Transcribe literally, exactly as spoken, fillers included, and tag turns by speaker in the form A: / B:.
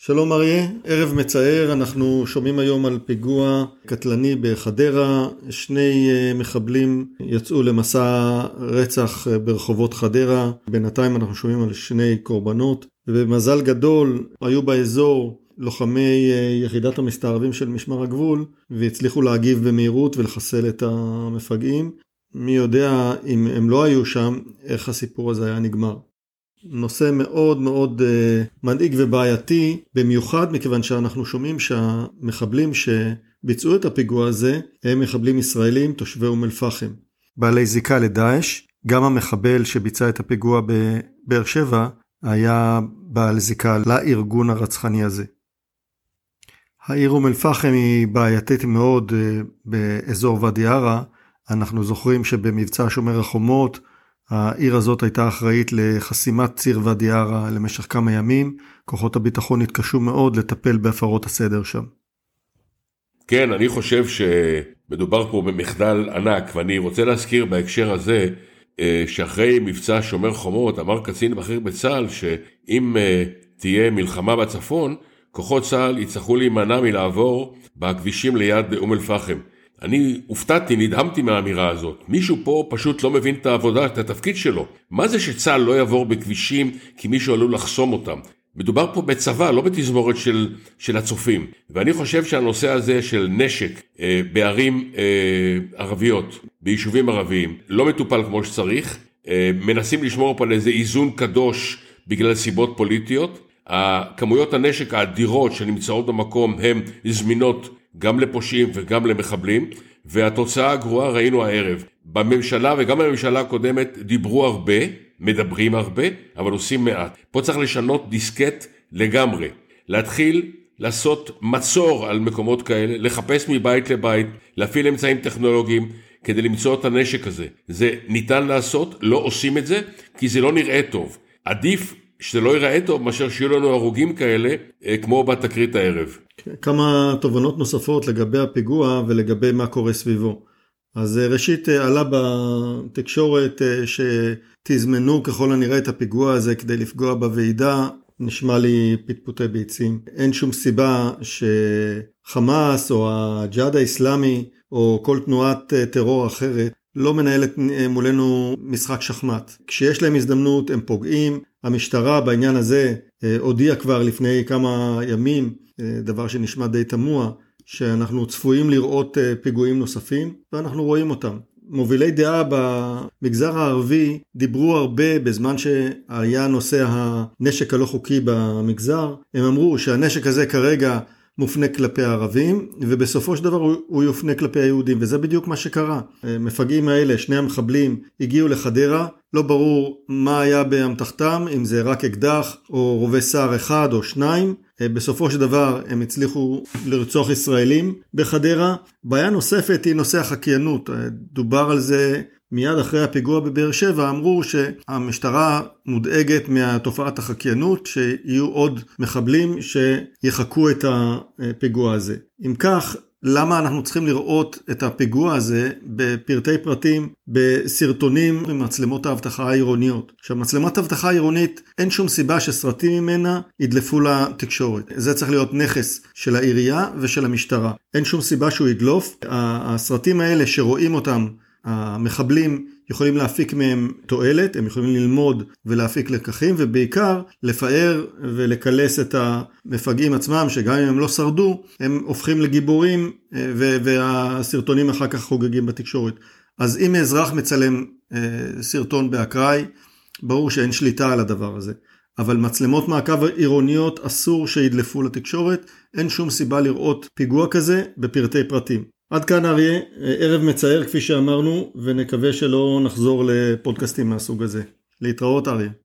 A: שלום אריה, ערב מצער, אנחנו שומעים היום על פיגוע קטלני בחדרה. שני מחבלים יצאו למסע רצח ברחובות חדרה, בינתיים אנחנו שומעים על שני קורבנות, ובמזל גדול היו באזור לוחמי יחידת המסתערבים של משמר הגבול, והצליחו להגיב במהירות ולחסל את המפגעים. מי יודע אם הם לא היו שם, איך הסיפור הזה היה נגמר. נושא מאוד מאוד uh, מדאיג ובעייתי, במיוחד מכיוון שאנחנו שומעים שהמחבלים שביצעו את הפיגוע הזה הם מחבלים ישראלים תושבי אום אל פחם, בעלי זיקה לדאעש. גם המחבל שביצע את הפיגוע בבאר שבע היה בעל זיקה לארגון הרצחני הזה. העיר אום אל פחם היא בעייתית מאוד uh, באזור ואדי ערה. אנחנו זוכרים שבמבצע שומר החומות העיר הזאת הייתה אחראית לחסימת ציר ואדי ערה למשך כמה ימים. כוחות הביטחון התקשו מאוד לטפל בהפרות הסדר שם.
B: כן, אני חושב שמדובר פה במחדל ענק, ואני רוצה להזכיר בהקשר הזה שאחרי מבצע שומר חומות אמר קצין בכיר בצה"ל שאם תהיה מלחמה בצפון, כוחות צה"ל יצטרכו להימנע מלעבור בכבישים ליד אום אל פחם. אני הופתעתי, נדהמתי מהאמירה הזאת. מישהו פה פשוט לא מבין את העבודה, את התפקיד שלו. מה זה שצה"ל לא יעבור בכבישים כי מישהו עלול לחסום אותם? מדובר פה בצבא, לא בתזמורת של, של הצופים. ואני חושב שהנושא הזה של נשק אה, בערים אה, ערביות, ביישובים ערביים, לא מטופל כמו שצריך. אה, מנסים לשמור פה על איזה איזון קדוש בגלל סיבות פוליטיות. הכמויות הנשק האדירות שנמצאות במקום הן זמינות גם לפושעים וגם למחבלים, והתוצאה הגרועה ראינו הערב. בממשלה וגם בממשלה הקודמת דיברו הרבה, מדברים הרבה, אבל עושים מעט. פה צריך לשנות דיסקט לגמרי. להתחיל לעשות מצור על מקומות כאלה, לחפש מבית לבית, להפעיל אמצעים טכנולוגיים כדי למצוא את הנשק הזה. זה ניתן לעשות, לא עושים את זה, כי זה לא נראה טוב. עדיף שזה לא ייראה טוב, מאשר שיהיו לנו הרוגים כאלה, כמו בתקרית הערב.
A: כמה תובנות נוספות לגבי הפיגוע ולגבי מה קורה סביבו. אז ראשית עלה בתקשורת שתזמנו ככל הנראה את הפיגוע הזה כדי לפגוע בוועידה. נשמע לי פטפוטי ביצים. אין שום סיבה שחמאס או הג'יהאד האסלאמי או כל תנועת טרור אחרת לא מנהלת מולנו משחק שחמט. כשיש להם הזדמנות הם פוגעים. המשטרה בעניין הזה הודיעה כבר לפני כמה ימים, דבר שנשמע די תמוה, שאנחנו צפויים לראות פיגועים נוספים, ואנחנו רואים אותם. מובילי דעה במגזר הערבי דיברו הרבה בזמן שהיה נושא הנשק הלא חוקי במגזר. הם אמרו שהנשק הזה כרגע מופנה כלפי הערבים, ובסופו של דבר הוא יופנה כלפי היהודים, וזה בדיוק מה שקרה. מפגעים האלה, שני המחבלים, הגיעו לחדרה, לא ברור מה היה באמתחתם, אם זה רק אקדח או רובה סער אחד או שניים. בסופו של דבר הם הצליחו לרצוח ישראלים בחדרה. בעיה נוספת היא נושא החקיינות. דובר על זה מיד אחרי הפיגוע בבאר שבע, אמרו שהמשטרה מודאגת מהתופעת החקיינות, שיהיו עוד מחבלים שיחקו את הפיגוע הזה. אם כך, למה אנחנו צריכים לראות את הפיגוע הזה בפרטי פרטים, בסרטונים ומצלמות האבטחה העירוניות? עכשיו, מצלמת האבטחה העירונית, אין שום סיבה שסרטים ממנה ידלפו לתקשורת. זה צריך להיות נכס של העירייה ושל המשטרה. אין שום סיבה שהוא ידלוף. הסרטים האלה שרואים אותם, המחבלים יכולים להפיק מהם תועלת, הם יכולים ללמוד ולהפיק לקחים, ובעיקר לפאר ולקלס את המפגעים עצמם, שגם אם הם לא שרדו, הם הופכים לגיבורים, והסרטונים אחר כך חוגגים בתקשורת. אז אם אזרח מצלם סרטון באקראי, ברור שאין שליטה על הדבר הזה. אבל מצלמות מעקב עירוניות אסור שידלפו לתקשורת, אין שום סיבה לראות פיגוע כזה בפרטי פרטים. עד כאן אריה, ערב מצער כפי שאמרנו, ונקווה שלא נחזור לפודקאסטים מהסוג הזה. להתראות אריה.